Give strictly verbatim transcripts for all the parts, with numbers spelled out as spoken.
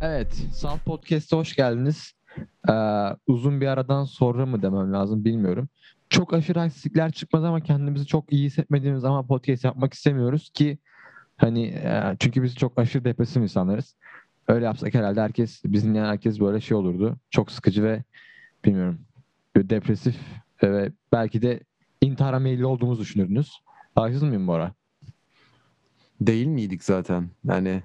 Evet, Salt Podcast'a hoş geldiniz. Ee, uzun bir aradan sonra mı demem lazım bilmiyorum. Çok aşırı aksilikler çıkmadı ama kendimizi çok iyi hissetmediğimiz zaman podcast yapmak istemiyoruz ki hani e, çünkü biz çok aşırı depresif insanlarız. Öyle yapsak herhalde herkes, biz dinleyen herkes böyle şey olurdu. Çok sıkıcı ve bilmiyorum, böyle depresif ve belki de intihara meyilli olduğumuzu düşünürdünüz. Haksız mıyım Bora? Değil miydik zaten? Yani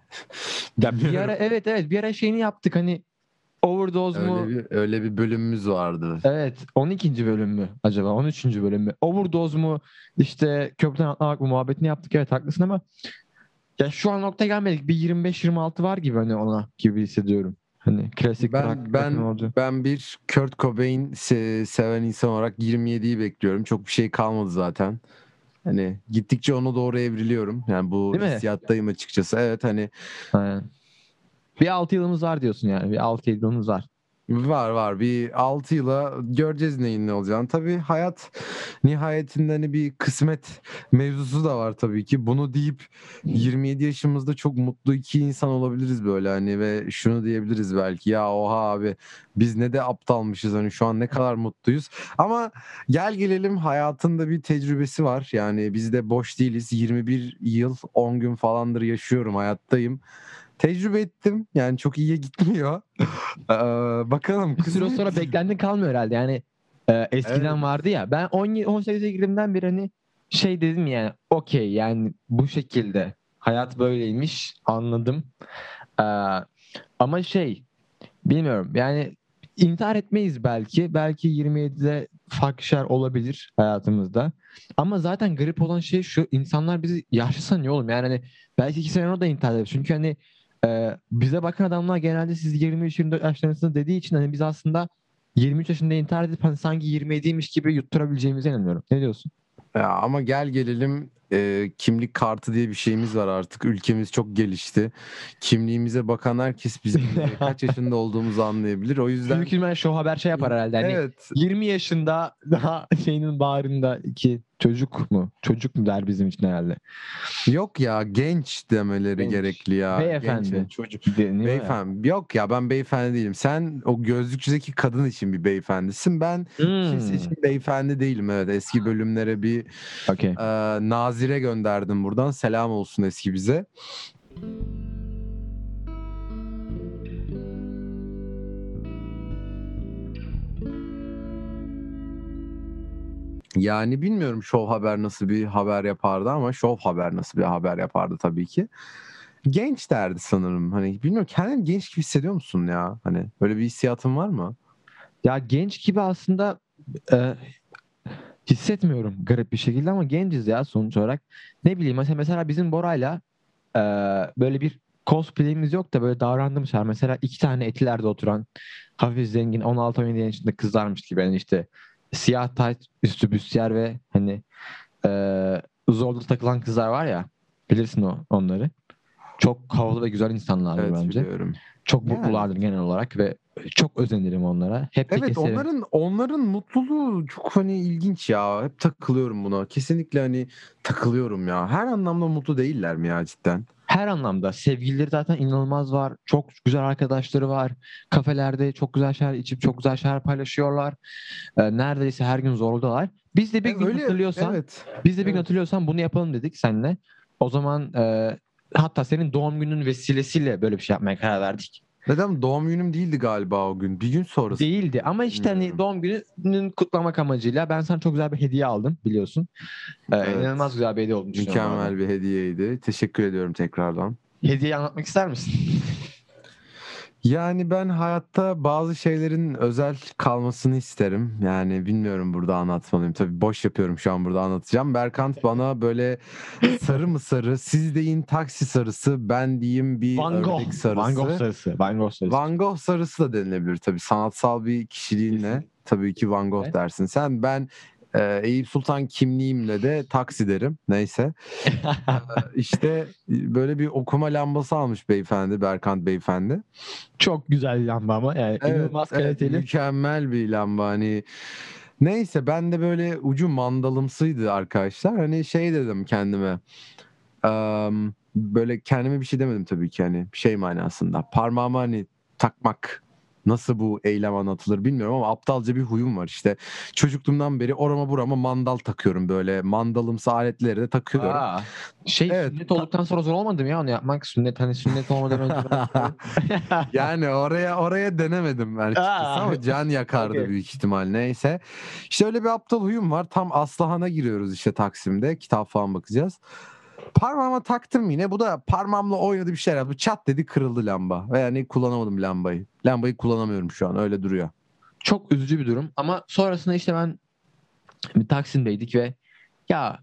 Ya bir ara bilmiyorum. evet evet bir ara şeyini yaptık hani overdose Öyle mu? bir öyle bir bölümümüz vardı. Evet, on ikinci bölüm mü acaba? on üçüncü bölüm mü? Overdose mu? İşte köprüden atlamak mı muhabbetini yaptık. Evet haklısın ama ya şu an noktaya gelmedik. Bir yirmi beş yirmi altı var gibi hani ona gibi hissediyorum. Hani klasik rock Ben rock'ın ben oldu. ben bir Kurt Cobain se- seven insan olarak yirmi yediyi bekliyorum. Çok bir şey kalmadı zaten. Hani gittikçe ona doğru evriliyorum. Yani bu Değil mi? hissiyattayım açıkçası. Evet, hani Aynen. Bir altı yılımız var diyorsun yani. Bir altı yılımız var. var var bir altı yıla göreceğiz neyin ne olacağını. Tabii hayat nihayetinde hani bir kısmet mevzusu da var tabii ki. Bunu deyip yirmi yedi yaşımızda çok mutlu iki insan olabiliriz böyle hani ve şunu diyebiliriz belki, ya oha abi biz ne de aptalmışız, hani şu an ne kadar mutluyuz. Ama gel gelelim hayatın da bir tecrübesi var. Yani biz de boş değiliz. yirmi bir yıl on gün falandır yaşıyorum, hayattayım. Tecrübe ettim. Yani çok iyiye gitmiyor. Ee, bakalım Bir süre kısmet. sonra beklentin kalmıyor herhalde. Yani e, Evet. eskiden vardı ya. Ben on yedi on sekize girdiğimden beri hani şey dedim yani okey yani bu şekilde hayat böyleymiş anladım. Ee, ama şey bilmiyorum yani intihar etmeyiz belki. Belki yirmi yedide farklı şeyler olabilir hayatımızda. Ama zaten garip olan şey şu, insanlar bizi yaşlı sanıyor oğlum. Yani hani belki iki sene sonra da intihar ederiz. Çünkü hani e, bize bakan adamlar genelde siz yirmi üç yirmi dört yaşlarınızda dediği için hani biz aslında yirmi üç yaşında intihar edip hani sanki yirmi yediymiş gibi yutturabileceğimize inanıyorum. Ne diyorsun? Ya ama gel gelelim, e, kimlik kartı diye bir şeyimiz var artık. Ülkemiz çok gelişti. Kimliğimize bakan herkes bizim e, kaç yaşında olduğumuzu anlayabilir. O Büyük yüzden ihtimalle Show Haber şey yapar in- herhalde hani evet. yirmi yaşında daha şeyinin bağrında iki çocuk mu? Çocuk mu der bizim için herhalde. Yok ya, genç demeleri Genç. gerekli ya. Genç yani Beyefendi. çocuk. Deniyor ya. Beyefendi. Yok ya, ben beyefendi değilim. Sen o gözlükçüdeki kadın için bir beyefendisin. Ben kimse Hmm. için beyefendi değilim. Evet, eski bölümlere bir Okey. e, Nazire gönderdim buradan. Selam olsun eski bize. Yani bilmiyorum Show Haber nasıl bir haber yapardı ama Show Haber nasıl bir haber yapardı tabii ki. Genç derdi sanırım. Hani bilmiyorum, kendini genç gibi hissediyor musun ya? Hani böyle bir hissiyatın var mı? Ya genç gibi aslında e, hissetmiyorum garip bir şekilde ama genciz ya sonuç olarak. Ne bileyim mesela, mesela bizim Bora'yla e, böyle bir cosplay'imiz yok da böyle davrandığımız var. Mesela iki tane Etiler'de oturan hafif zengin on altı on yedi yaşında kızlarmış gibi. Yani işte siyah tayt üstü büstiyer ve hani e, zorlu takılan kızlar var ya, bilirsin o, onları. Çok havalı ve güzel insanlardır Evet, bence. biliyorum. Çok Yani mutlulardır genel olarak ve çok özenirim onlara. Hep de evet, keserim. onların onların mutluluğu çok hani ilginç ya. Hep takılıyorum buna. Kesinlikle hani takılıyorum ya. Her anlamda mutlu değiller mi ya cidden? Her anlamda sevgilileri zaten inanılmaz var. Çok güzel arkadaşları var. Kafelerde çok güzel şeyler içip çok güzel şeyler paylaşıyorlar. Ee, neredeyse her gün zorludalar. Biz de bir E, gün öyle, hatırlıyorsan, evet. biz de bir gün Evet. hatırlıyorsan bunu yapalım dedik seninle. O zaman e, hatta senin doğum günün vesilesiyle böyle bir şey yapmaya karar verdik. Neden, doğum günüm değildi galiba o gün. Bir gün sonrası Değildi ama işte hani bilmiyorum. doğum gününün kutlamak amacıyla ben sana çok güzel bir hediye aldım biliyorsun. Ee, inanılmaz Evet. güzel bir hediye olduğunu düşünüyorum bu arada. Mükemmel bir hediyeydi. Teşekkür ediyorum tekrardan. Hediyeyi anlatmak ister misin? Yani ben hayatta bazı şeylerin özel kalmasını isterim. Yani bilmiyorum burada anlatmalıyım. Tabii boş yapıyorum şu an burada anlatacağım. Berkant bana böyle sarı mı sarı, siz deyin taksi sarısı, ben diyeyim bir Van Gogh. ördek Van Gogh sarısı. sarısı. Van Gogh sarısı. Van Gogh sarısı da denilebilir tabii. Sanatsal bir kişiliğinle Kesinlikle. tabii ki Van Gogh dersin. Sen, ben e, Eyüp Sultan kimliğimle de taksi derim. Neyse. İşte böyle bir okuma lambası almış beyefendi, Berkant beyefendi. Çok güzel bir lamba ama yani Evet, inanılmaz evet, kaliteli. mükemmel bir lamba hani. Neyse, ben de böyle ucu mandalımsıydı arkadaşlar. Hani şey dedim kendime. böyle kendime bir şey demedim tabii ki, hani şey manasında. Parmağıma hani takmak, nasıl bu eylem anlatılır bilmiyorum ama aptalca bir huyum var işte. Çocukluğumdan beri orama burama mandal takıyorum, böyle mandalımsı aletleri de takıyorum. Aa, şey Evet. sünnet ta- olduktan sonra zor olmadı mı ya onu yapmak? Sünnet hani sünnet olmadan önce böyle. Yani oraya oraya denemedim ben açıkçası Aa, ama can yakardı okey. büyük ihtimal, neyse. İşte öyle bir aptal huyum var. Tam Aslıhan'a giriyoruz işte Taksim'de. Kitap falan bakacağız. Parmağıma taktım yine. Bu da parmağımla oynadı, bir şeyler yaptı. Çat dedi, kırıldı lamba. Ve yani kullanamadım lambayı. Lambayı kullanamıyorum şu an, öyle duruyor. Çok üzücü bir durum ama sonrasında işte ben bir Taksim'deydik ve ya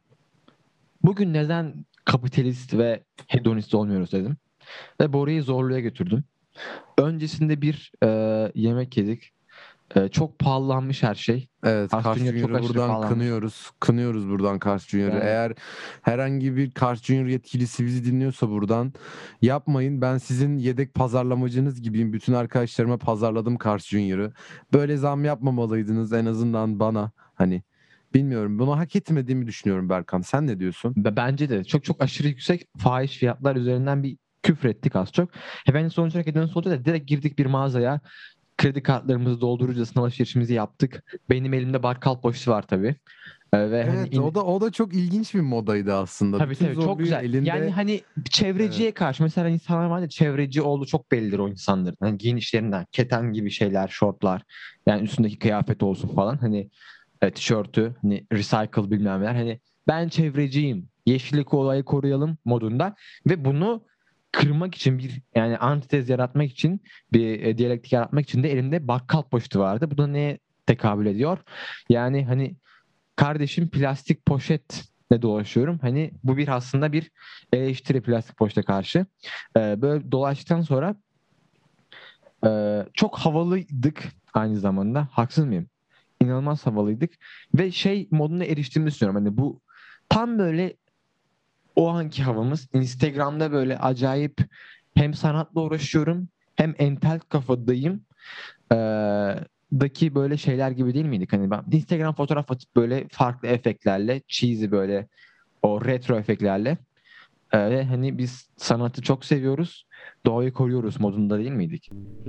bugün neden kapitalist ve hedonist olmuyoruz dedim. Ve Bora'yı Zorlu'ya götürdüm. Öncesinde bir e, yemek yedik. E, çok pahalanmış her şey. Evet, Carl's Carl's Junior çok Junior'ı aşırı buradan pahalanmış. kınıyoruz. Kınıyoruz buradan Carl's Junior'ı. Yani Eğer herhangi bir Carl's Junior yetkilisi bizi dinliyorsa buradan yapmayın. Ben sizin yedek pazarlamacınız gibiyim. Bütün arkadaşlarıma pazarladım Carl's Junior'ı. Böyle zam yapmamalıydınız en azından bana. Hani bilmiyorum. Bunu hak etmediğimi düşünüyorum Berkan. Sen ne diyorsun? b- bence de çok çok aşırı yüksek fahiş fiyatlar üzerinden bir küfür ettik az çok. Efendim sonuç olarak hedonist olunca da direkt girdik bir mağazaya. Kredi kartlarımızı doldururcasına alışverişimizi yaptık. Benim elimde bakkal poşeti var tabii. E, ve hani Evet, o in- da o da çok ilginç bir modaydı aslında. tabii Bütün tabii çok zorluğu güzel. Yani elinde. hani Evet. çevreciye karşı mesela insanlar var ya çevreci olduğu çok bellidir o insanların. Hani giyinişlerinden keten gibi şeyler, şortlar. Yani üstündeki kıyafet olsun falan. Hani e, tişörtü, hani recycle bilmem neler. Hani ben çevreciyim. Yeşillik olayı koruyalım modunda ve bunu kırmak için bir yani antitez yaratmak için bir e, diyalektik yaratmak için de elimde bakkal poşeti vardı. Bu da neye tekabül ediyor? Yani hani kardeşim plastik poşetle dolaşıyorum. Hani bu bir aslında bir eleştiri plastik poşete karşı. Ee, böyle dolaştıktan sonra e, çok havalıydık aynı zamanda. Haksız mıyım? İnanılmaz havalıydık. Ve şey moduna eriştiğimi düşünüyorum. Hani bu tam böyle o anki havamız. Instagram'da böyle acayip hem sanatla uğraşıyorum hem entel kafadayım. Ee, daki böyle şeyler gibi değil miydik? Hani ben Instagram fotoğraf atıp böyle farklı efektlerle, cheesy böyle o retro efektlerle ee, ve hani biz sanatı çok seviyoruz, doğayı koruyoruz modunda değil miydik?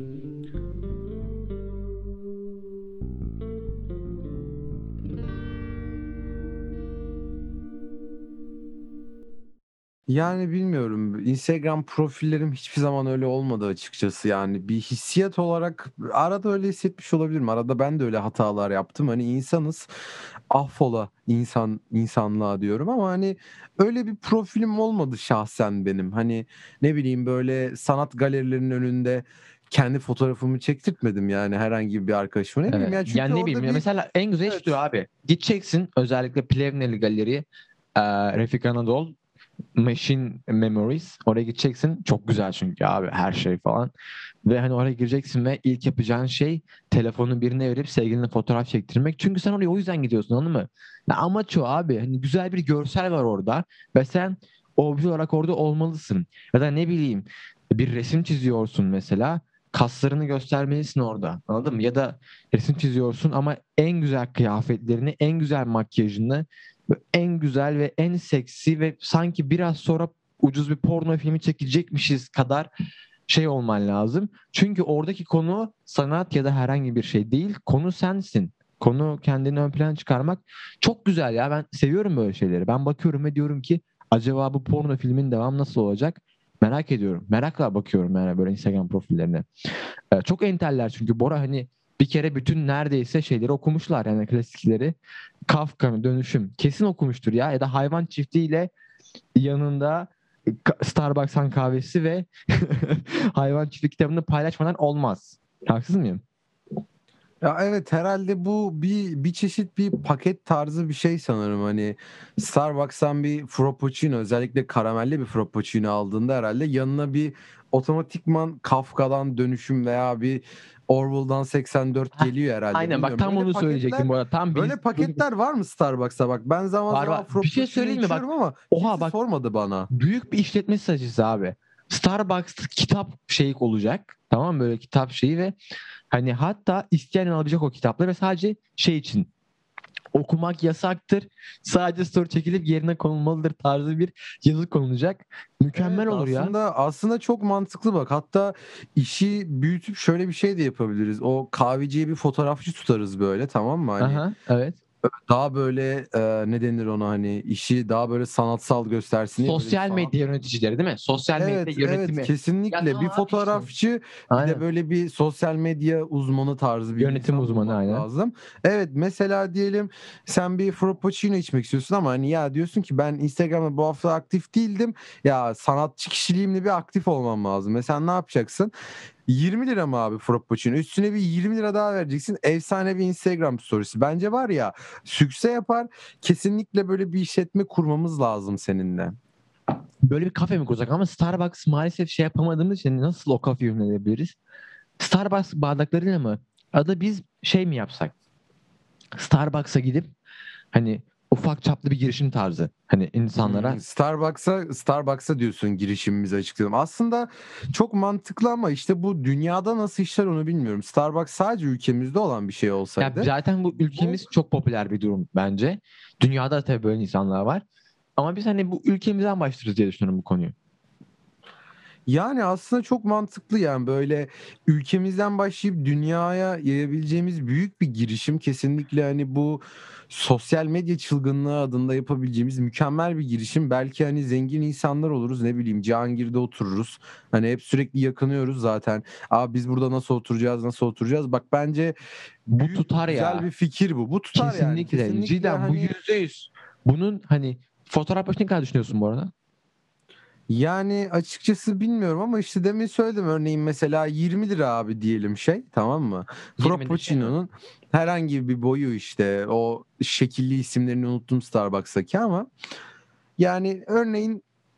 Yani bilmiyorum. Instagram profillerim hiçbir zaman öyle olmadı açıkçası. Yani bir hissiyat olarak arada öyle hissetmiş olabilirim. Arada ben de öyle hatalar yaptım. Hani insanız. Affola insan insanlığa diyorum ama hani öyle bir profilim olmadı şahsen benim. Hani ne bileyim, böyle sanat galerilerinin önünde kendi fotoğrafımı çektirtmedim yani herhangi bir arkadaşıma. Ne bileyim Evet. ya, çünkü Yani ne bileyim orada ya bir mesela en güzel şudur evet. abi. Gideceksin özellikle Plevneli Galeri, e, Refik Anadol, Machine Memories. Oraya gideceksin. Çok güzel çünkü abi her şey falan. Ve hani oraya gireceksin ve ilk yapacağın şey telefonu birine verip sevgilinle fotoğraf çektirmek. Çünkü sen oraya o yüzden gidiyorsun, anladın mı? Ya amaç o abi. Hani güzel bir görsel var orada ve sen obje olarak orada olmalısın. Ya da ne bileyim bir resim çiziyorsun mesela. Kaslarını göstermelisin orada. Anladın mı? Ya da resim çiziyorsun ama en güzel kıyafetlerini, en güzel makyajını, en güzel ve en seksi ve sanki biraz sonra ucuz bir porno filmi çekecekmişiz kadar şey olman lazım. Çünkü oradaki konu sanat ya da herhangi bir şey değil. Konu sensin. Konu kendini ön plana çıkarmak çok güzel ya. Ben seviyorum böyle şeyleri. Ben bakıyorum ve diyorum ki acaba bu porno filmin devamı nasıl olacak? Merak ediyorum. Merakla bakıyorum yani böyle Instagram profillerine. Ee, çok enteller çünkü Bora hani bir kere bütün neredeyse şeyleri okumuşlar yani klasikleri. Kafka'nın Dönüşüm kesin okumuştur ya. Ya da Hayvan Çiftliği'yle yanında ka- Starbucks'ın kahvesi ve hayvan çiftlik kitabını paylaşmadan olmaz. Haksız mıyım? Ya evet, herhalde bu bir bir çeşit bir paket tarzı bir şey sanırım. Hani Starbucks'tan bir frappuccino, özellikle karamelli bir frappuccino aldığında herhalde yanına bir otomatikman Kafka'dan Dönüşüm veya bir Orwell'dan seksen dört Heh, geliyor herhalde. aynen bak Bilmiyorum. tam Böyle bunu paketler söyleyecektim bu arada. Tam böyle biz bugün paketler var mı Starbucks'a? Bak ben zaman var var. zaman Bir şey frappuccino söyleyeyim mi bak. içiyorum ama Oha kimse bak sormadı bana. büyük bir işletme stratejisi abi. Starbucks kitap şeyi olacak. Tamam mı? Böyle kitap şeyi ve hani hatta isteyen alabilecek o kitapları ve sadece şey için okumak yasaktır. Sadece story çekilip yerine konulmalıdır tarzı bir yazı konulacak. Mükemmel Evet, olur ya. aslında aslında çok mantıklı bak. Hatta işi büyütüp şöyle bir şey de yapabiliriz. O kahveciye bir fotoğrafçı tutarız böyle, tamam mı? Hani Aha, evet. daha böyle e, ne denir ona, hani işi daha böyle sanatsal göstersin diye böyle bir Sosyal sanat. medya yöneticileri değil mi? Sosyal medya Evet, evet, yönetimi. Ya kesinlikle bir tamam abi işte. fotoğrafçı, bir de Aynen. böyle bir sosyal medya uzmanı tarzı bir Yönetim insan uzmanı bulmak aynen. lazım. Evet, mesela diyelim sen bir frappuccino içmek istiyorsun ama hani ya diyorsun ki ben Instagram'da bu hafta aktif değildim. Ya sanatçı kişiliğimle bir aktif olmam lazım. Mesela ne yapacaksın? yirmi lira mı abi frappuccino? Üstüne bir yirmi lira daha vereceksin. Efsane bir Instagram storiesi. Bence var ya, sükse yapar. Kesinlikle böyle bir işletme kurmamız lazım seninle. Böyle bir kafe mi kuracak ama Starbucks maalesef şey yapamadığımız için nasıl o kafeyi yönelebiliriz? Starbucks bardaklarıyla mı? Ada biz şey mi yapsak? Starbucks'a gidip hani ufak çaplı bir girişim tarzı. Hani Hmm, insanlara Starbucks'a Starbucks'a diyorsun girişimimizi açıklayalım. Aslında çok mantıklı ama işte bu dünyada nasıl işler onu bilmiyorum. Starbucks sadece ülkemizde olan bir şey ya olsaydı zaten bu bu, ülkemiz çok popüler bir durum bence. Dünyada da tabii böyle insanlar var. Ama biz hani bu ülkemizden başlarız diye düşünüyorum bu konuyu. yani aslında çok mantıklı, yani böyle ülkemizden başlayıp dünyaya yayabileceğimiz büyük bir girişim, kesinlikle hani bu sosyal medya çılgınlığı adında yapabileceğimiz mükemmel bir girişim. Belki hani zengin insanlar oluruz, ne bileyim Cihangir'de otururuz. Hani hep sürekli yakınıyoruz zaten. Abi biz burada nasıl oturacağız, nasıl oturacağız? Bak bence Bu büyük tutar güzel ya. bir fikir bu. Bu tutar yani, Kesinlikle. kesinlikle Cidden bu hani. yüzde yüz. Bunun hani fotoğraf başına ne kadar düşünüyorsun bu arada? Yani açıkçası bilmiyorum ama işte demin söyledim, örneğin mesela yirmi lira abi diyelim, şey, tamam mı? yirmi de şey mi? Frappuccino'nun herhangi bir boyu, işte o şekilli isimlerini unuttum Starbucks'taki ama yani örneğin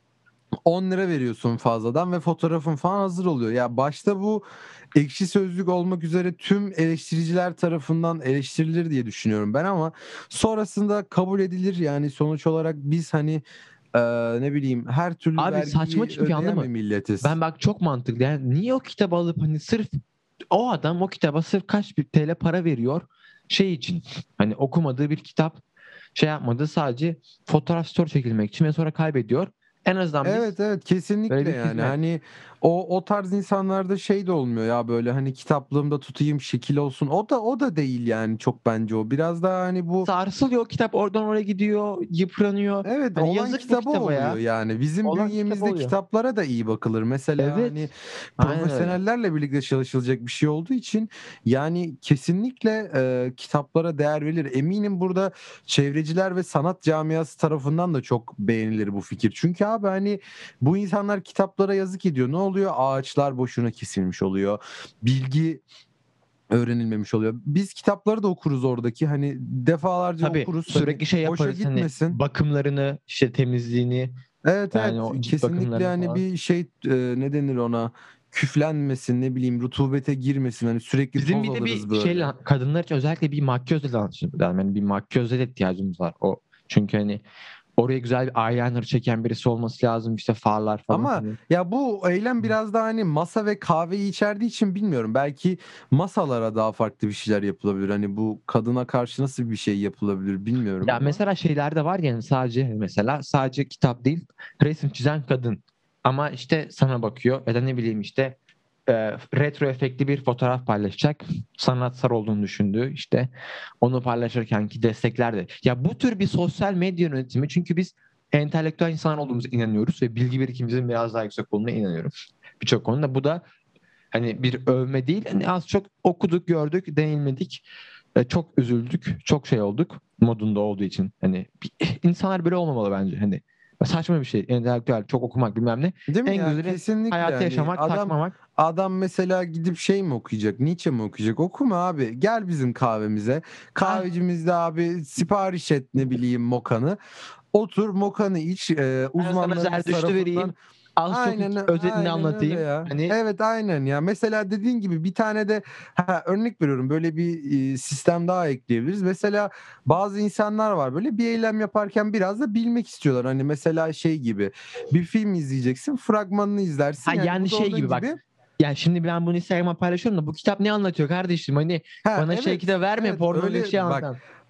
on lira veriyorsun fazladan ve fotoğrafın falan hazır oluyor. Ya başta bu Ekşi Sözlük olmak üzere tüm eleştiriciler tarafından eleştirilir diye düşünüyorum ben ama sonrasında kabul edilir. Yani sonuç olarak biz hani eee, ne bileyim her türlü Abi saçma vergiyi çünkü anladın ödeyen bir mı? Ben milletiz. bak çok mantıklı. Yani niye o kitabı alıp hani sırf o adam o kitaba sırf kaç bir T L para veriyor şey için. Hani okumadığı bir kitap şey yapmadı sadece fotoğraf story çekilmek için ve sonra kaybediyor. En azından biz Evet, evet, böyle kesinlikle, bir yani hizmet. hani o o tarz insanlarda şey de olmuyor ya, böyle hani kitaplığımda tutayım şekil olsun, o da o da değil yani, çok bence o biraz daha hani bu. Sarsılıyor o kitap oradan oraya gidiyor, yıpranıyor. Evet, Hani olan yazık bu kitaba kitaba oluyor ya. yani. Bizim Olan kitap bünyemizde oluyor. kitaplara da iyi bakılır. Mesela hani Evet. Aynen öyle. profesyonellerle birlikte çalışılacak bir şey olduğu için yani kesinlikle e, kitaplara değer verilir. Eminim burada çevreciler ve sanat camiası tarafından da çok beğenilir bu fikir. Çünkü abi hani bu insanlar kitaplara yazık ediyor. Ne oluyor? Ağaçlar boşuna kesilmiş oluyor. Bilgi öğrenilmemiş oluyor. Biz kitapları da okuruz oradaki. Hani defalarca Tabii okuruz. Hani sürekli şey boşa yaparız hani gitmesin. bakımlarını, işte temizliğini, Evet, yani evet, o cilt kesinlikle bakımlarını hani falan. bir şey, e, ne denir ona, küflenmesin, ne bileyim rutubete girmesin, hani sürekli Bizim toz bir de alırız bir böyle. şeyle kadınlar için özellikle bir makyözle lazım. Yani bir makyöze de ihtiyacımız var. O çünkü hani oraya güzel bir eyeliner çeken birisi olması lazım. İşte farlar falan. Ama Hani. ya bu eylem biraz daha hani masa ve kahveyi içerdiği için bilmiyorum. Belki masalara daha farklı bir şeyler yapılabilir. Hani bu kadına karşı nasıl bir şey yapılabilir bilmiyorum Ya ama. mesela şeyler de var yani sadece mesela sadece kitap değil resim çizen kadın. Ama işte sana bakıyor ya da ne bileyim işte e, retro efektli bir fotoğraf paylaşacak. Sanatsal olduğunu düşündüğü işte onu paylaşırken ki destekler de. Ya bu tür bir sosyal medya yönetimi çünkü biz entelektüel insanlar olduğumuza inanıyoruz ve bilgi birikimimizin biraz daha yüksek olduğuna inanıyorum. Birçok konuda bu da hani bir övme değil. Hani az çok okuduk, gördük, deneyimledik. E, çok üzüldük, çok şey olduk modunda olduğu için. Hani bir- insanlar böyle olmamalı bence. Hani saçma bir şey. Entelektüel, çok okumak bilmem ne. Değil mi En ya? güzeli Kesinlikle, hayatı hani yaşamak, adam takmamak. adam mesela gidip şey mi okuyacak? Nietzsche mi okuyacak? Okuma abi. Gel bizim kahvemize. Ha, Kahvecimizde abi sipariş et, ne bileyim, mokanı. Otur mokanı iç. Ee, ben sana uzmanlarımız Zerdüşt'ü tarafından. vereyim. Az çok Aynen özetini aynen öyle anlatayım. ya. Hani Evet, aynen ya. Mesela dediğin gibi bir tane de, ha, örnek veriyorum, böyle bir e, sistem daha ekleyebiliriz. Mesela bazı insanlar var, böyle bir eylem yaparken biraz da bilmek istiyorlar. Hani mesela şey gibi, bir film izleyeceksin, fragmanını izlersin. ha Yani yani bu da şey onun gibi bak. gibi. Yani şimdi ben bunu Instagram'a paylaşıyorum da bu kitap ne anlatıyor kardeşim? Hani Ha, bana şey evet, kitap verme evet, porno ile öyle şey bak. anlatan.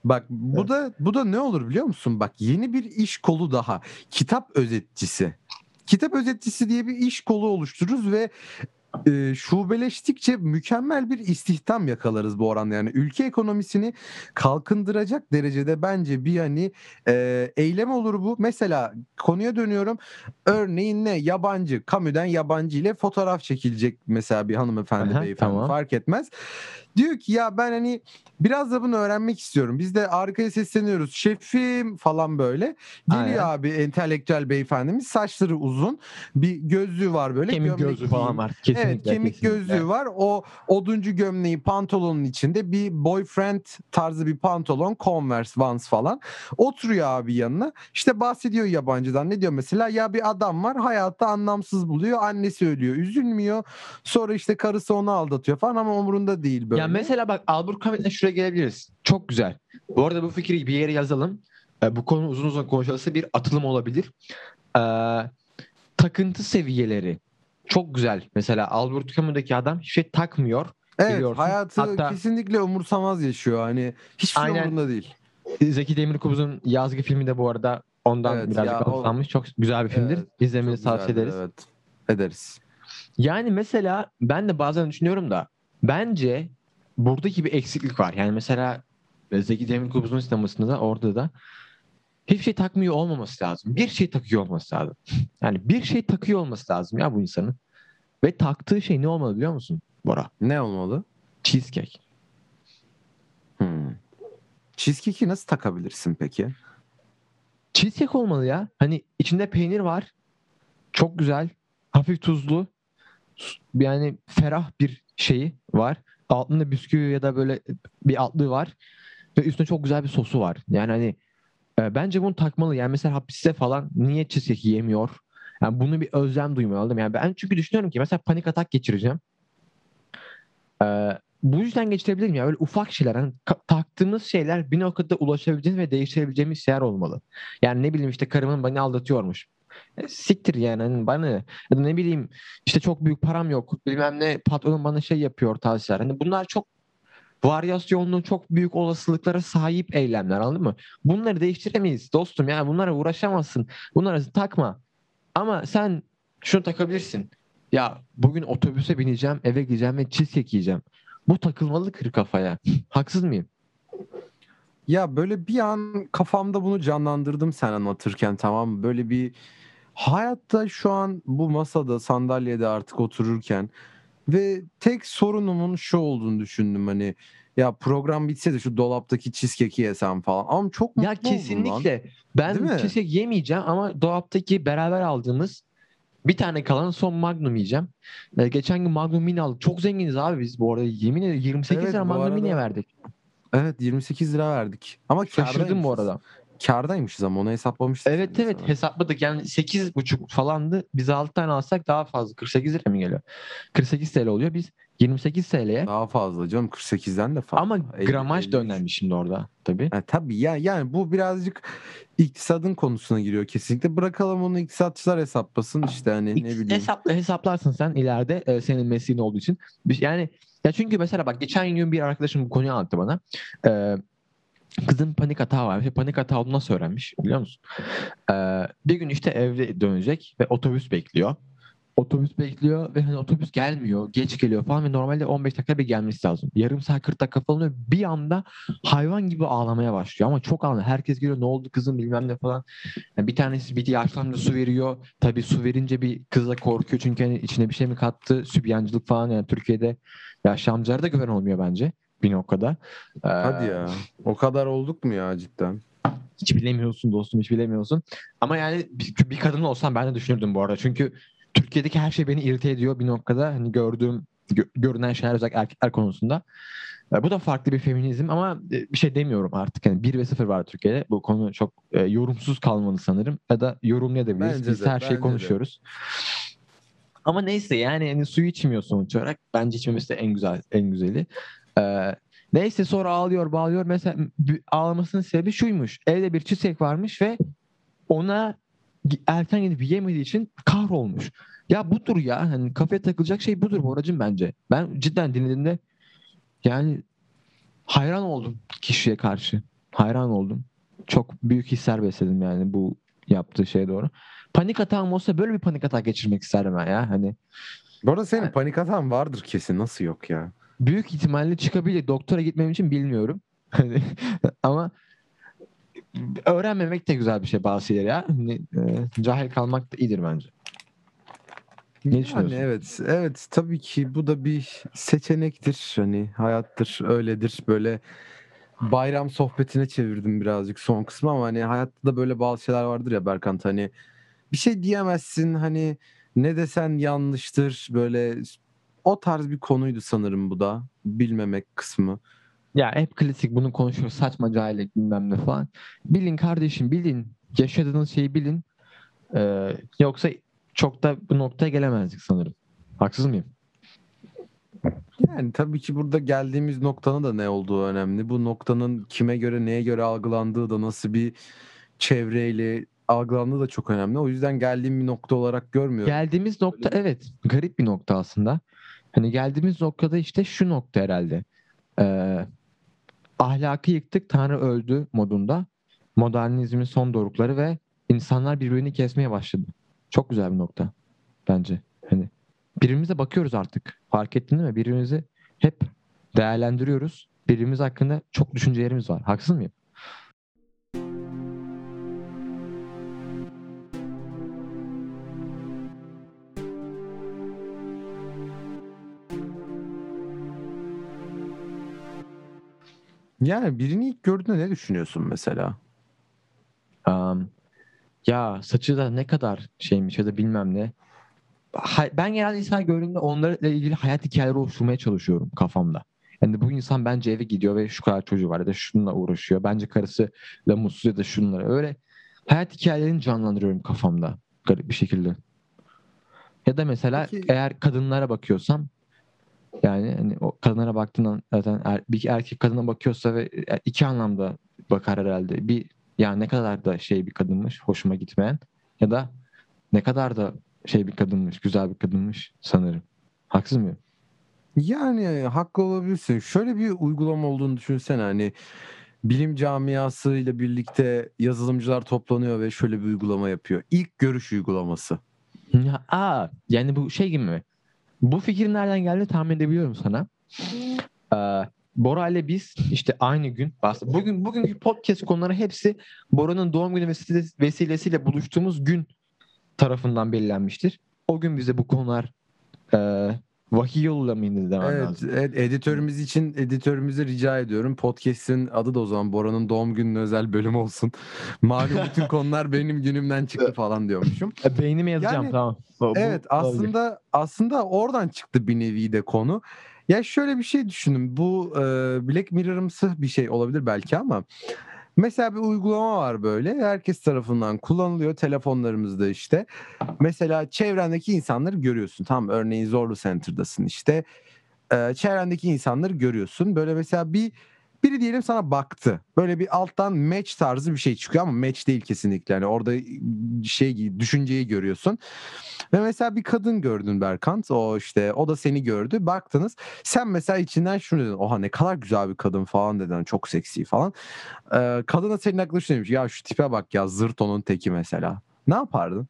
Bak bu da bu da ne olur biliyor musun? Bak yeni bir iş kolu daha. Kitap özetçisi. Kitap özetçisi diye bir iş kolu oluştururuz ve e, şubeleştikçe mükemmel bir istihdam yakalarız bu oranda. Yani ülke ekonomisini kalkındıracak derecede bence bir hani e, eylem olur bu. Mesela konuya dönüyorum. Örneğin ne? Yabancı, Camus'den yabancı ile fotoğraf çekilecek mesela bir hanımefendi, Aha, beyefendi tamam. fark etmez. Diyor ki ya ben hani biraz da bunu öğrenmek istiyorum. Biz de arkaya sesleniyoruz. Şefim falan böyle. Geliyor Aynen. abi entelektüel beyefendimiz. Saçları uzun. Bir gözlüğü var böyle. Kemik Gömlek gözü falan giyim. var. Evet, Kesinlikle, kemik gözlüğü kesinlikle. var. O oduncu gömleği pantolonun içinde bir boyfriend tarzı bir pantolon, Converse, Vans falan. Oturuyor abi yanına. İşte bahsediyor yabancıdan. Ne diyor mesela? Ya bir adam var, hayatta anlamsız buluyor. Annesi ölüyor. Üzülmüyor. Sonra işte karısı onu aldatıyor falan ama umurunda değil Ya böyle. mesela bak, Albert Camus'le şuraya gelebiliriz. Çok güzel. Bu arada bu fikri bir yere yazalım. Ee, bu konu uzun uzun konuşulası bir atılım olabilir. Ee, takıntı seviyeleri. Çok güzel. Mesela Albert Camus'daki adam hiçbir şey takmıyor. Evet, Biliyorsun. hayatı Hatta kesinlikle umursamaz yaşıyor. Hani hiçbir şey aynen umurunda değil. Zeki Demirkubuz'un Yazgı filmi de bu arada ondan Evet ya birazcık o alıntılanmış. Çok güzel bir filmdir. evet çok İzlemenizi tavsiye güzeldir ederiz. evet. Ederiz. Yani mesela ben de bazen düşünüyorum da bence buradaki bir eksiklik var. Yani mesela Zeki Demirkubuz'un sinemasında da orada da hiçbir şey takmıyor olmaması lazım. Bir şey takıyor olması lazım. Yani bir şey takıyor olması lazım ya bu insanın. Ve taktığı şey ne olmalı biliyor musun Bora? Ne olmalı? Cheesecake. Hmm. Cheesecake'i nasıl takabilirsin peki? Cheesecake olmalı ya. Hani içinde peynir var. Çok güzel. Hafif tuzlu. Yani ferah bir şeyi var. Altında bisküvi ya da böyle bir altlığı var. Ve üstüne çok güzel bir sosu var. Yani hani e, bence bunu takmalı. Yani mesela hapiste falan niye cheesecake yiyemiyor? Yani bunu bir özlem duymalı. Anladın mı? Yani ben çünkü düşünüyorum ki mesela panik atak geçireceğim. Ee, bu yüzden geçirebilirim ya. Öyle ufak şeyler. Hani ka- taktığımız şeyler bir noktada ulaşabileceğimiz ve değiştirebileceğimiz şeyler olmalı. Yani ne bileyim işte karımın beni aldatıyormuş. E, siktir yani hani bana ne? Ya da ne bileyim işte çok büyük param yok. Bilmem ne patronum bana şey yapıyor tavsiyeler. Hani bunlar çok varyasyonlu, çok büyük olasılıklara sahip eylemler, anladın mı? Bunları değiştiremeyiz dostum, yani bunlara uğraşamazsın. Bunları takma. Ama sen şunu takabilirsin. Ya bugün otobüse bineceğim, eve gideceğim ve cheesecake yiyeceğim. Bu takılmalı kır kafaya. Haksız mıyım? Ya böyle bir an kafamda bunu canlandırdım sen anlatırken, tamam mı? Böyle bir hayatta şu an bu masada sandalyede artık otururken ve tek sorunumun şu olduğunu düşündüm, hani ya program bitse de şu dolaptaki cheesecake'i yesem falan. Ama çok Ya mutlu oldum lan. kesinlikle. Değil Ben mi? cheesecake yemeyeceğim ama dolaptaki beraber aldığımız bir tane kalan son Magnum yiyeceğim. Ee, geçen gün Magnum Mini aldık. Çok zenginiz abi biz bu arada. Yemin ederim yirmi sekiz Evet lira bu Magnum Mini'ye arada verdik. evet yirmi sekiz lira verdik. Ama Şaşırdım bu kârdaymışız. arada. Kârdaymışız ama onu hesaplamıştık Evet seninle evet, sanırım. hesapladık yani sekiz buçuk falandı. Biz altı tane alsak daha fazla. kırk sekiz lira mı geliyor? kırk sekiz T L oluyor. Biz yirmi sekiz T L'ye, Daha fazla canım, kırk sekizden de ama fazla. elli, gramaj da elli üç. önemli şimdi orada tabii. Ha, tabii ya yani bu birazcık iktisadın konusuna giriyor kesinlikle. Bırakalım onu iktisatçılar hesaplasın işte, hani ne X bileyim. hesapla hesaplarsın sen ileride, e, senin mesleğin olduğu için. Bir- Yani ya çünkü mesela bak geçen gün bir arkadaşım bu konuyu anlattı bana. Ee, kızın panik atağı varmış. Panik atağı olduğunu nasıl öğrenmiş biliyor musun? Ee, bir gün işte evde dönecek ve otobüs bekliyor. Otobüs bekliyor ve hani otobüs gelmiyor. Geç geliyor falan ve normalde on beş dakika bir gelmesi lazım. Yarım saat kırk dakika falan oluyor. Bir anda hayvan gibi ağlamaya başlıyor. Ama çok ağlıyor. Herkes geliyor, ne oldu kızım bilmem ne falan. Yani bir tanesi bir yaşlı amca su veriyor. Tabii su verince bir kız da korkuyor. Çünkü hani içine bir şey mi kattı? Sübyancılık falan, yani Türkiye'de yaşlı amcalara da güven olmuyor bence. Bir noktada. Hadi Ee, ya. O kadar olduk mu ya cidden? hiç bilemiyorsun dostum, hiç bilemiyorsun. Ama yani bir, bir kadın olsam ben de düşünürdüm bu arada. Çünkü Türkiye'deki her şey beni irite ediyor bir noktada. Hani gördüğüm, gö- görünen şeyler özellikle erkekler konusunda. E, bu da farklı bir feminizm ama e, bir şey demiyorum artık. Yani bir ve sıfır var Türkiye'de. Bu konu çok e, yorumsuz kalmalı sanırım. Ya da yorumlayabiliriz. Bence Biz her de, şeyi bence de. konuşuyoruz. Ama neyse yani hani suyu içmiyor sonuç olarak. Bence içmemesi de en güzel, en güzeli. Ee, neyse sonra ağlıyor, bağlıyor. Mesela b- ağlamasının sebebi şuymuş. Evde bir çiçek varmış ve ona gi- erken gidip yemediği için kahrolmuş. Ya budur ya. Hani kafaya takılacak şey budur Boracığım bence. Ben cidden dinlediğimde yani hayran oldum kişiye karşı. Hayran oldum. Çok büyük hisler besledim yani bu yaptığı şeye doğru. Panik atağım olsa böyle bir panik atak geçirmek isterdim ben ya. Hani Bu arada senin panik atan vardır kesin. Nasıl yok ya? büyük ihtimalle çıkabilir. Doktora gitmem için bilmiyorum. Hani ama öğrenmemek de güzel bir şey bazı şeyler ya. Hani, e, cahil kalmak da iyidir bence. Ne Yani düşünüyorsun? evet, evet tabii ki bu da bir seçenektir. Hani hayattır, öyledir. Böyle bayram sohbetine çevirdim birazcık son kısmı ama hani hayatta da böyle bazı şeyler vardır ya Berkant, hani bir şey diyemezsin, hani ne desen yanlıştır, böyle o tarz bir konuydu sanırım bu da, bilmemek kısmı. Ya hep klasik bunu konuşuyoruz. Saçma cahillik bilmem ne falan. Bilin kardeşim bilin. Yaşadığınız şeyi bilin. Ee, yoksa çok da bu noktaya gelemezdik sanırım. Haksız mıyım? Yani tabii ki burada geldiğimiz noktanın da ne olduğu önemli. Bu noktanın kime göre neye göre algılandığı da, nasıl bir çevreyle algılandığı da çok önemli. O yüzden geldiğim bir nokta olarak görmüyorum. Geldiğimiz nokta Böyle bir... evet garip bir nokta aslında. Hani geldiğimiz noktada işte şu nokta herhalde. Ee, ahlakı yıktık, Tanrı öldü modunda. Modernizmin son dorukları ve insanlar birbirini kesmeye başladı. Çok güzel bir nokta bence. Hani birbirimize bakıyoruz artık. Fark ettin değil mi? Birbirimizi hep değerlendiriyoruz. Birbirimiz hakkında çok düşüncelerimiz var. Haksız mıyım? Yani birini ilk gördüğünde ne düşünüyorsun mesela? Am, ya saçı da ne kadar şeymiş ya da bilmem ne. Ha- Ben genelde insan gördüğümde onlarla ilgili hayat hikayeleri oluşturmaya çalışıyorum kafamda. Yani bu insan bence eve gidiyor ve şu kadar çocuğu var ya da şununla uğraşıyor. Bence karısıyla mutsuz ya da şunlara. Öyle hayat hikayelerini canlandırıyorum kafamda garip bir şekilde. Ya da mesela Peki eğer kadınlara bakıyorsam yani hani o kadınlara baktığından zaten er- bir erkek kadına bakıyorsa ve e, iki anlamda bakar herhalde. Bir yani ne kadar da şey bir kadınmış, hoşuma gitmeyen ya da ne kadar da şey bir kadınmış, güzel bir kadınmış sanırım. Haksız mıyım? yani haklı olabilirsin. Şöyle bir uygulama olduğunu düşünsene, hani bilim camiası ile birlikte yazılımcılar toplanıyor ve şöyle bir uygulama yapıyor. İlk görüş uygulaması. Ya, aa, yani bu şey gibi mi? Bu fikrin nereden geldiğini tahmin edebiliyorum sana. Ee, Bora ile biz işte aynı gün bahs- bugün bugünkü podcast konuları hepsi Bora'nın doğum günü vesile- vesilesiyle buluştuğumuz gün tarafından belirlenmiştir. O gün bize bu konular e, vahiy yoluyla mı indi demem Evet, lazım. evet, editörümüz için editörümüze rica ediyorum. Podcast'in adı da o zaman Bora'nın doğum gününe özel bölüm olsun. Malum bütün konular benim günümden çıktı falan diyormuşum. E, Beynime yazacağım Yani tamam. Bu, evet, bu olabilir. aslında aslında oradan çıktı bir nevi de konu. Ya şöyle bir şey düşünün. Bu e, Black Mirror'ımsı bir şey olabilir belki ama mesela bir uygulama var böyle. Herkes tarafından kullanılıyor telefonlarımızda işte. Mesela çevrendeki insanları görüyorsun. Tamam, örneğin Zorlu Center'dasın işte. Eee, çevrendeki insanları görüyorsun. Böyle mesela bir biri diyelim sana baktı. Böyle bir alttan match tarzı bir şey çıkıyor ama match değil kesinlikle. Yani orada şey, düşünceyi görüyorsun. Ve mesela bir kadın gördün Berkant. O işte o da seni gördü. Baktınız. Sen mesela içinden şunu dedin. Oha ne kadar güzel bir kadın falan dedin. Çok seksi falan. Eee kadın da senin aklına şunu demiş. Ya şu tipe bak ya, zırt onun teki mesela. Ne yapardın?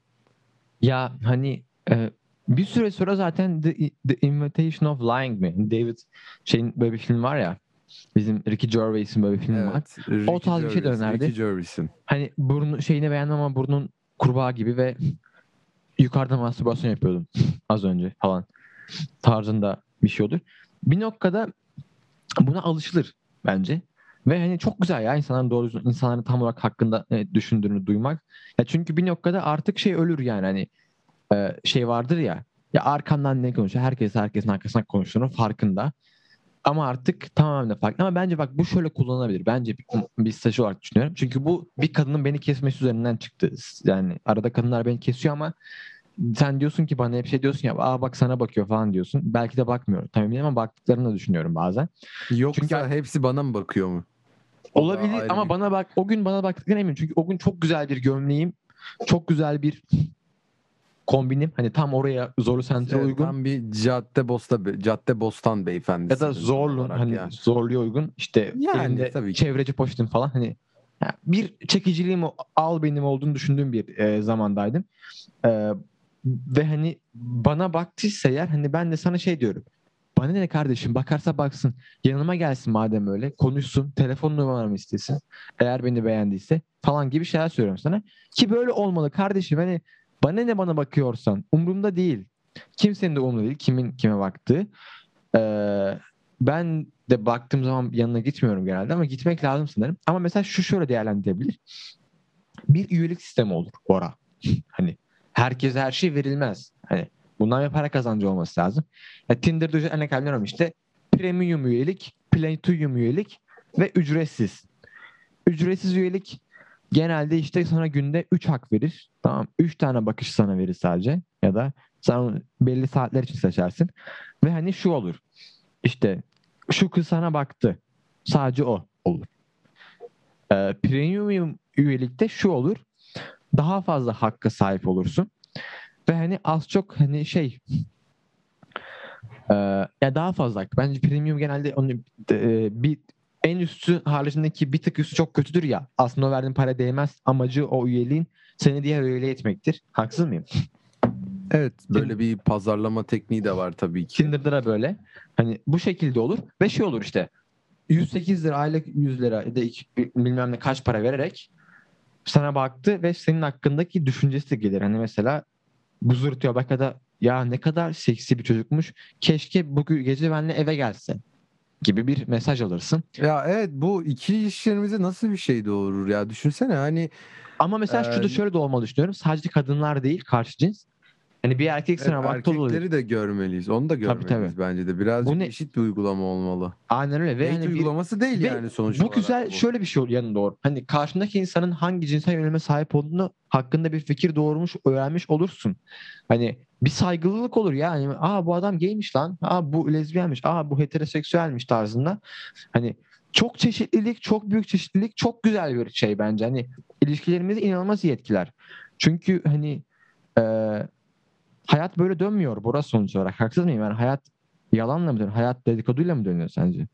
Ya hani e, bir süre sonra zaten The, The Invitation of Lying mi? David şeyin böyle bir film var ya. Bizim Ricky Gervais'in böyle bir film var. Evet. O Ricky tarz bir şey Gervais. Ricky dönerdi. Gervais'in. Hani burnu şeyini beğendim ama burnun kurbağa gibi ve yukarıda mastürbasyon yapıyordum az önce falan tarzında bir şey olur. Bir noktada buna alışılır bence. Ve hani çok güzel ya insanların doğru insanların tam olarak hakkında ne düşündüğünü duymak. Ya çünkü bir noktada artık şey ölür yani hani e, şey vardır ya ya arkandan ne konuşuyor? Herkes herkesin arkasından konuştuğunun farkında. Ama artık tamamen de farklı. Ama bence bak bu şöyle kullanılabilir. Bence bir, bir strateji olarak düşünüyorum. Çünkü bu bir kadının beni kesmesi üzerinden çıktı. Yani arada kadınlar beni kesiyor ama sen diyorsun ki bana hep şey diyorsun ya aa bak sana bakıyor falan diyorsun. Belki de bakmıyor. Tabii bilmiyorum ama baktıklarını da düşünüyorum bazen. Çünkü Yoksa hepsi bana mı bakıyor mu? O da olabilir ayrı ama bir... bana bak o gün bana baktıklarına eminim. Çünkü o gün çok güzel bir gömleğim, çok güzel bir kombinim hani tam oraya Zorlu semtine Evet, uygun tam bir cadde bosta cadde bostan ya da beyefendisi tam Zorlu olarak hani ya. Zorlu'ya uygun işte Yani elimde tabii ki. çevreci poşetim falan hani ya bir çekiciliğim o- al benim olduğunu düşündüğüm bir e, zamandaydım. E, Ve hani bana baktıysa eğer hani ben de sana şey diyorum. Bana ne kardeşim bakarsa baksın. Yanıma gelsin madem öyle. Konuşsun. Telefon numaramı istesin. Eğer beni beğendiyse falan gibi şeyler söylüyorum sana. Ki böyle olmalı kardeşim. Hani bana ne bana bakıyorsan umurumda değil. Kimsenin de umurumda değil. Kimin kime baktığı. Ee, Ben de baktığım zaman yanına gitmiyorum genelde ama gitmek lazım sanırım. Ama mesela şu şöyle değerlendirebilir. Bir üyelik sistemi olur ora. Hani herkese her şey verilmez. Hani bundan bir para kazancı olması lazım. Ya Tinder'da ücret örnek veriyorum işte. Premium üyelik, Platinum üyelik ve ücretsiz. Ücretsiz üyelik genelde işte sana günde üç hak verir. Tamam. üç tane bakış sana verir sadece. Ya da sen belli saatler için seçersin. Ve hani şu olur. İşte şu kız sana baktı. Sadece o olur. Ee, premium üyelikte şu olur. Daha fazla hakka sahip olursun. Ve hani az çok hani şey e, ya daha fazla hak. Bence premium genelde onu e, bir en üstü haricindeki bir tık üstü çok kötüdür ya. Aslında o verdiğin para değmez. Amacı o üyeliğin seni diğer üyeliğe etmektir. Haksız mıyım? Evet, böyle Tin- bir pazarlama tekniği de var tabii ki. Tinder'da da böyle. Hani bu şekilde olur ve şey olur işte yüz sekiz lira aylık yüz lira ya da iki, bilmem ne kaç para vererek sana baktı ve senin hakkındaki düşüncesi de gelir. Hani mesela bu zırtıyor bak ya da ya ne kadar seksi bir çocukmuş. Keşke bu gece benimle eve gelse gibi bir mesaj alırsın. Ya evet, bu ikili ilişkilerimize nasıl bir şey doğurur ya? Düşünsene hani Ama mesela şu e, da şöyle de olmalı düşünüyorum. Sadece kadınlar değil karşı cins. Hani bir erkek evet, sana baktı olur. erkekleri de görmeliyiz. Onu da Tabii tabii. görmeliyiz bence de. Bu Birazcık ne? eşit bir uygulama olmalı. Aynen öyle ve Date hani bir uygulaması değil ve yani sonuç bu olarak güzel bu. şöyle bir şey yanı doğru. Hani karşındaki insanın hangi cinsel yönelime sahip olduğunu hakkında bir fikir doğurmuş, öğrenmiş olursun. Hani bir saygılılık olur ya. Hani, aa bu adam gaymiş lan. Aa bu lezbiyenmiş. Aa bu heteroseksüelmiş tarzında. Hani çok çeşitlilik, çok büyük çeşitlilik çok güzel bir şey bence. Hani ilişkilerimizi inanılmaz iyi etkiler. Çünkü hani e, hayat böyle dönmüyor burası sonuç olarak. Haksız mıyım? Yani hayat yalanla mı dönüyor? Hayat dedikoduyla mı dönüyor sence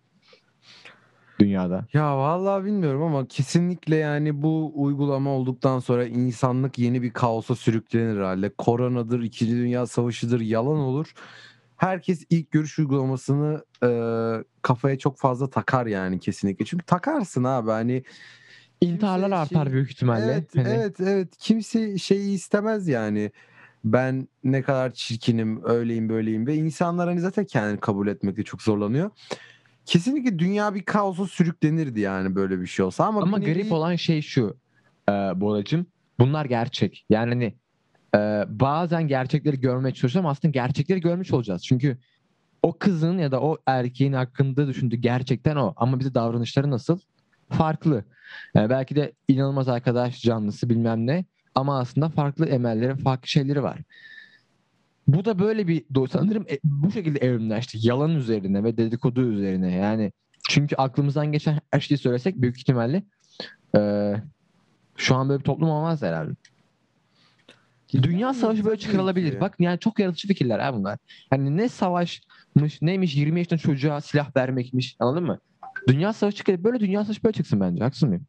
dünyada? Ya vallahi bilmiyorum ama kesinlikle yani bu uygulama olduktan sonra insanlık yeni bir kaosa sürüklenir herhalde. Koronadır, İkinci Dünya Savaşı'dır, yalan olur. Herkes ilk görüş uygulamasını e, kafaya çok fazla takar yani kesinlikle. Çünkü takarsın abi hani İntiharlar kimse artar şey büyük ihtimalle. evet Hani evet evet kimse şeyi istemez yani. Ben ne kadar çirkinim, öyleyim, böyleyim ve insanlar hani zaten kendini kabul etmekte çok zorlanıyor. Kesinlikle dünya bir kaosa sürüklenirdi yani böyle bir şey olsa ama ama bir garip nevi olan şey şu e, Boracığım. Bunlar gerçek. Yani hani e, bazen gerçekleri görmeye çalışıyoruz ama aslında gerçekleri görmüş olacağız. Çünkü o kızın ya da o erkeğin hakkında düşündüğü gerçekten o. Ama bize davranışları nasıl? Farklı. Yani belki de inanılmaz arkadaş canlısı bilmem ne. Ama aslında farklı emelleri, farklı şeyleri var. Bu da böyle bir sanırım e, bu şekilde evrimleşti. Yalan üzerine ve dedikodu üzerine. Yani çünkü aklımızdan geçen her şeyi söylesek büyük ihtimalle e, şu an böyle bir toplum olmaz herhalde. Dünya yani savaşı böyle tabii çıkarılabilir. ki. Bak yani çok yaratıcı fikirler ha bunlar. Yani ne savaşmış, neymiş yirmi yaşında çocuğa silah vermekmiş anladın mı? Dünya savaşı çıkıyor. Böyle dünya savaşı böyle çıksın bence. Haksız mıyım?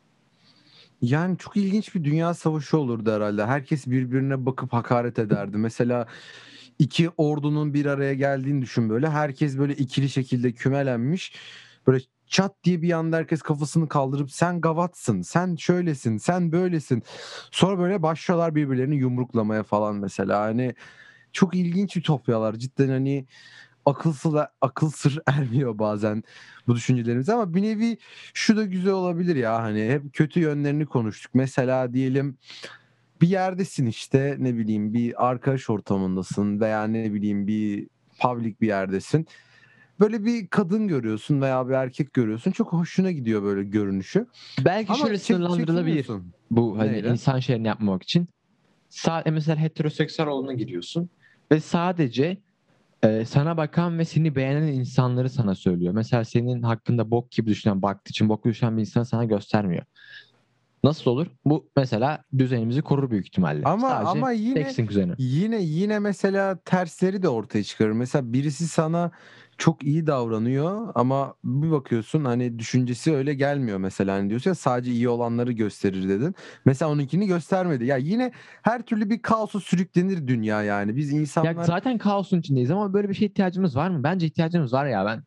Yani çok ilginç bir dünya savaşı olurdu herhalde. Herkes birbirine bakıp hakaret ederdi. Mesela iki ordunun bir araya geldiğini düşün böyle. Herkes böyle ikili şekilde kümelenmiş. Böyle çat diye bir anda herkes kafasını kaldırıp sen gavatsın, sen şöylesin, sen böylesin. Sonra böyle başlıyorlar birbirlerini yumruklamaya falan mesela. Hani çok ilginç ütopyalar. Cidden hani akılsız akıl sır ermiyor bazen bu düşüncelerimiz ama bir nevi şu da güzel olabilir ya hani hep kötü yönlerini konuştuk. Mesela diyelim bir yerdesin işte ne bileyim bir arkadaş ortamındasın veya ne bileyim bir public bir yerdesin. Böyle bir kadın görüyorsun veya bir erkek görüyorsun. Çok hoşuna gidiyor böyle görünüşü. Belki şöyle Ama çek sınırlandırılabilir çekiniyorsun. bu hani Neyle? insan şeylerini yapmamak için. Sadece mesela heteroseksüel olduğuna giriyorsun ve sadece e, sana bakan ve seni beğenen insanları sana söylüyor. Mesela senin hakkında bok gibi düşünen, baktığı için bok gibi düşünen bir insanı sana göstermiyor. Nasıl olur? Bu mesela düzenimizi korur büyük ihtimalle. Ama Sadece ama yine texting üzerine. yine yine mesela tersleri de ortaya çıkarır. Mesela birisi sana çok iyi davranıyor ama bir bakıyorsun hani düşüncesi öyle gelmiyor mesela hani diyorsun ya sadece iyi olanları gösterir dedin. Mesela onunkini göstermedi. Ya yine her türlü bir kaosa sürüklenir dünya yani. Biz Ya insanlar zaten kaosun içindeyiz ama böyle bir şeye ihtiyacımız var mı? Bence ihtiyacımız var ya ben.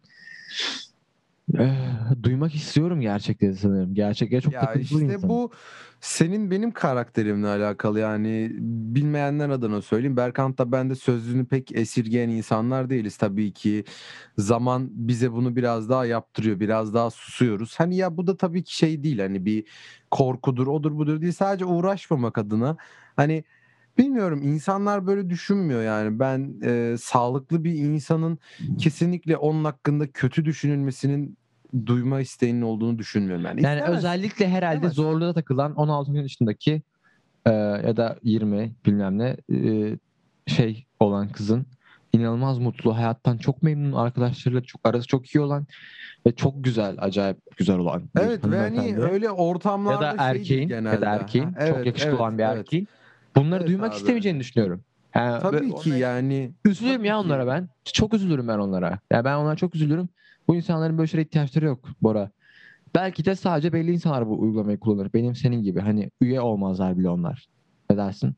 eh, duymak istiyorum gerçekleri sanırım. Gerçeklere çok ya takıntılı bir işte insanım. bu senin benim karakterimle alakalı yani bilmeyenler adına söyleyeyim. Berkant da ben de sözünü pek esirgeyen insanlar değiliz tabii ki. Zaman bize bunu biraz daha yaptırıyor. Biraz daha susuyoruz. Hani ya bu da tabii ki şey değil hani bir korkudur odur budur değil. Sadece uğraşmamak adına. Hani bilmiyorum insanlar böyle düşünmüyor yani. Ben e, sağlıklı bir insanın kesinlikle onun hakkında kötü düşünülmesinin duyma isteğinin olduğunu düşünmüyorum yani. Yani İstemezsin. özellikle herhalde İstemezsin. zorluğa takılan on altı yaşındaki e, ya da yirmi bilmem ne e, şey olan kızın inanılmaz mutlu, hayattan çok memnun, arkadaşlarıyla çok arası çok iyi olan ve çok güzel, acayip güzel olan bir Evet ve hani hanımefendi öyle ya da ortamlarda şeydir erkeğin ya da genelde. Ha, erkeğin çok evet, yakışıklı evet, olan bir evet. erkeğin bunları Evet duymak abi. istemeyeceğini düşünüyorum. Yani ve Tabii ki ona yani üzülürüm tabii ya onlara ki ben. Çok üzülürüm ben onlara. Ya ben onlara çok üzülürüm. Bu insanların böyle şeylere ihtiyaçları yok Bora. Belki de sadece belli insanlar bu uygulamayı kullanır. Benim senin gibi. Hani üye olmazlar bile onlar. Ne dersin?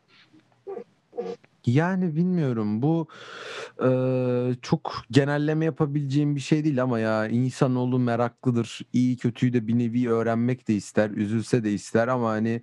yani bilmiyorum bu eee, çok genelleme yapabileceğim bir şey değil ama ya insanoğlu meraklıdır. İyi kötüyü de bir nevi öğrenmek de ister, üzülse de ister ama hani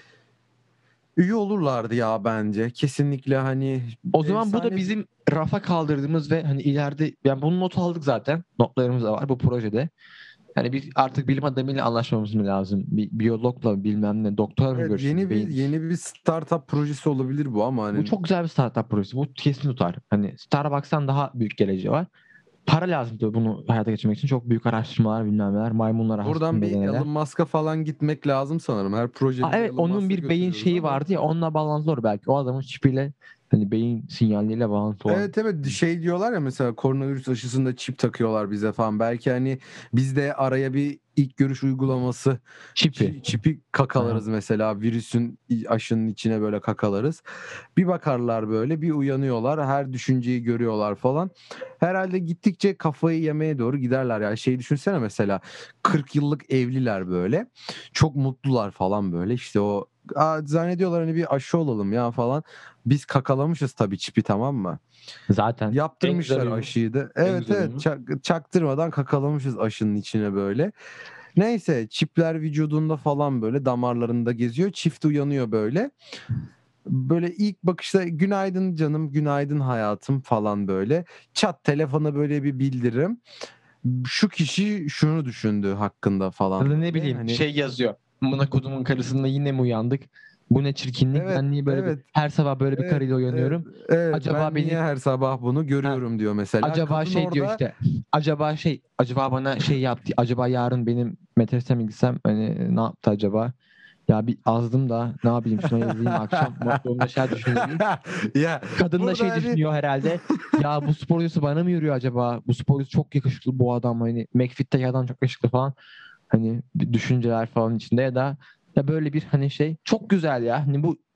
üye olurlardı ya bence. Kesinlikle hani O zaman bu da efsane bizim rafa kaldırdığımız ve hani ileride yani bunu not aldık zaten. Notlarımız da var bu projede. Yani biz artık bilim adamıyla anlaşmamız mı lazım? Bir biyologla bilmem ne doktorla mı evet görüşürüz? yeni bir Beyin. yeni bir startup projesi olabilir bu ama Bu hani çok güzel bir startup projesi. Bu kesin tutar. Hani Starbucks'tan daha büyük geleceği var. Para lazım tabii bunu hayata geçirmek için. Çok büyük araştırmalar bilmem neler. Maymunlara has buradan bir denemeler. Elon Musk'a falan gitmek lazım sanırım. Her Aa, projemizi evet Elon onun Musk'a bir beyin götürüyoruz şeyi ama vardı ya onunla bağlantılı olur belki. O adamın çipiyle hani beyin sinyalleriyle bağlantı olan evet evet şey diyorlar ya mesela koronavirüs aşısında çip takıyorlar bize falan. Belki hani biz de araya bir ilk görüş uygulaması çipi. çi- çipi Aha. kakalarız mesela virüsün i- aşının içine böyle kakalarız. Bir bakarlar böyle bir uyanıyorlar her düşünceyi görüyorlar falan. Herhalde gittikçe kafayı yemeye doğru giderler ya. Şey düşünsene mesela kırk yıllık evliler böyle. Çok mutlular falan böyle. İşte o Aa, zannediyorlar hani bir aşı olalım ya falan. Biz kakalamışız tabii çipi tamam mı? Zaten en güzel Yaptırmışlar uyumu. aşıyı da. En Evet güzel evet uyumu. çak- çaktırmadan kakalamışız aşının içine böyle. Neyse çipler vücudunda falan böyle damarlarında geziyor. Çift uyanıyor böyle. Böyle ilk bakışta günaydın canım, günaydın hayatım falan böyle. Çat telefona böyle bir bildirim. Şu kişi şunu düşündü hakkında Ya da falan ne böyle. bileyim Hani şey yazıyor. Amına kodumun karısında yine mi uyandık? Bu ne çirkinlik? evet Ben niye böyle bir evet her sabah böyle bir evet karıyla evet uyanıyorum? evet Acaba ben niye beni her sabah bunu ha, görüyorum diyor mesela. acaba Kadın şey diyor orada işte. Acaba şey acaba bana şey yaptı. Acaba yarın benim metrese mi gitsem hani ne yaptı acaba? Ya bir azdım da ne yapayım şuna yazayım akşam modda şeyler düşünüyorum. ya Kadın da burada şey hani düşünüyor herhalde. Ya bu sporcusu bana mı yürüyor acaba? Bu sporcusu çok yakışıklı bu adam hani McFit'teki adam çok yakışıklı falan. Hani bir düşünceler falan içinde ya da ya böyle bir hani şey çok güzel ya. Hani bu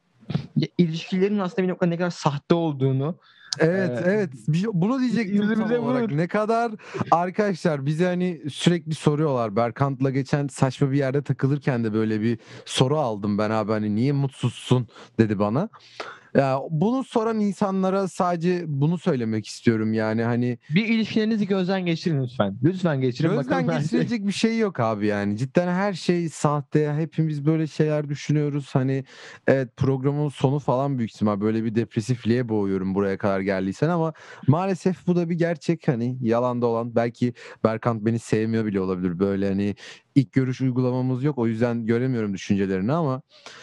ya ilişkilerin aslında bir noktada ne kadar sahte olduğunu evet e, evet Bir şey- bunu diyecektim tam yüzümüze olarak. vurur. Ne kadar arkadaşlar bize hani sürekli soruyorlar. Berkant'la geçen saçma bir yerde takılırken de böyle bir soru aldım ben abi hani niye mutsuzsun dedi bana. Ya bunu soran insanlara sadece bunu söylemek istiyorum yani hani Bir ilişkilerinizi gözden geçirin lütfen. Lütfen geçirin bakın gözden bence. geçirilecek bir şey yok abi yani. Cidden her şey sahte. Hepimiz böyle şeyler düşünüyoruz. Hani evet programın sonu falan büyük ihtimal böyle bir depresifliğe boğuyorum buraya kadar geldiysen ama maalesef bu da bir gerçek hani yalanda olan. Belki Berkant beni sevmiyor bile olabilir. Böyle hani ilk görüş uygulamamız yok. O yüzden göremiyorum düşüncelerini ama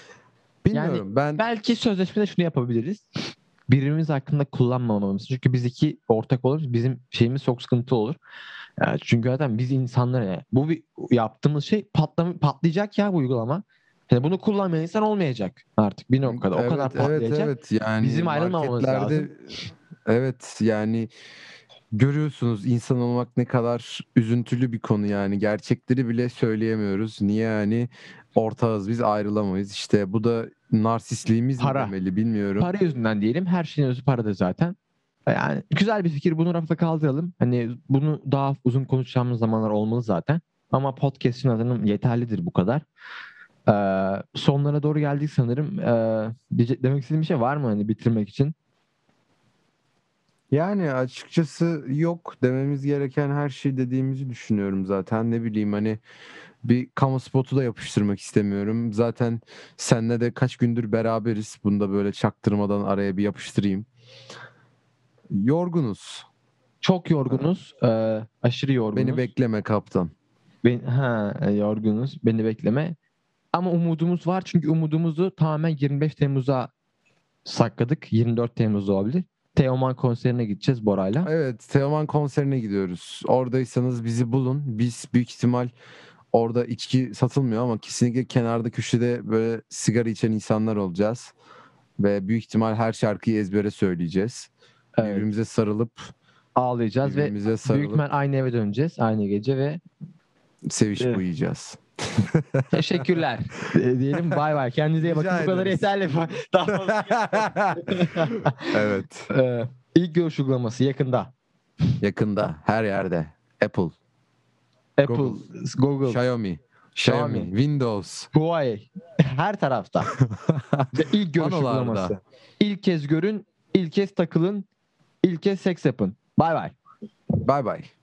Yani bilmiyorum. Ben belki sözleşmede şunu yapabiliriz. Birbirimiz hakkında kullanmamamız. Çünkü biz iki ortak oluruz. Bizim şeyimiz çok sıkıntı olur. Yani çünkü zaten biz insanlar yani bu bir, yaptığımız şey patlam patlayacak ya bu uygulama. Yani bunu kullanmayan insan olmayacak artık bir noktada. O kadar evet evet patlayacak. evet yani Bizim ayrılmamamız lazım. marketlerde evet yani görüyorsunuz insan olmak ne kadar üzüntülü bir konu yani. Gerçekleri bile söyleyemiyoruz. Niye yani ortağız biz ayrılamayız. İşte bu da narsistliğimiz mi Para. demeli bilmiyorum. Para yüzünden diyelim. Her şeyin özü paradır zaten. Yani güzel bir fikir. Bunu rafta kaldıralım. Hani bunu daha uzun konuşacağımız zamanlar olmalı zaten. Ama podcast'in adının yeterlidir bu kadar. Ee, sonlara doğru geldik sanırım. Ee, diyecek, demek istediğim bir şey var mı hani bitirmek için? Yani açıkçası yok, dememiz gereken her şey dediğimizi düşünüyorum zaten. Ne bileyim hani bir kamu spotu da yapıştırmak istemiyorum. Zaten senle de kaç gündür beraberiz. Bunu da böyle çaktırmadan araya bir yapıştırayım. Yorgunuz. Çok yorgunuz. Ee, aşırı Beni yorgunuz. bekleme kaptan. Ben, ha, e, yorgunuz. Beni bekleme. Ama umudumuz var. Çünkü umudumuzu tamamen yirmi beş Temmuz'a sakladık. yirmi dört Temmuz'da olabilir. Teoman konserine gideceğiz Bora'yla. Evet, Teoman konserine gidiyoruz. Oradaysanız bizi bulun. Biz büyük ihtimal orada içki satılmıyor ama kesinlikle kenarda köşede böyle sigara içen insanlar olacağız. Ve büyük ihtimal her şarkıyı ezbere söyleyeceğiz. Evet. Birbirimize sarılıp Ağlayacağız ve birbirimize büyük sarılıp ihtimal aynı eve döneceğiz. Aynı gece ve sevişip Evet. uyuyacağız. teşekkürler. E, diyelim bay bay. Kendinize iyi bakın. Rica Bu kadar ederiz. yeterli. Daha fazla. Evet. Ee, ilk görüş uygulaması yakında. Yakında her yerde. Apple, Apple, Google, Google, Xiaomi, Xiaomi, Xiaomi, Windows, Huawei. Her tarafta. Ve ilk görüş panolarda. uygulaması. İlk kez görün, ilk kez takılın, ilk kez seks yapın. Bay bay. Bye bye.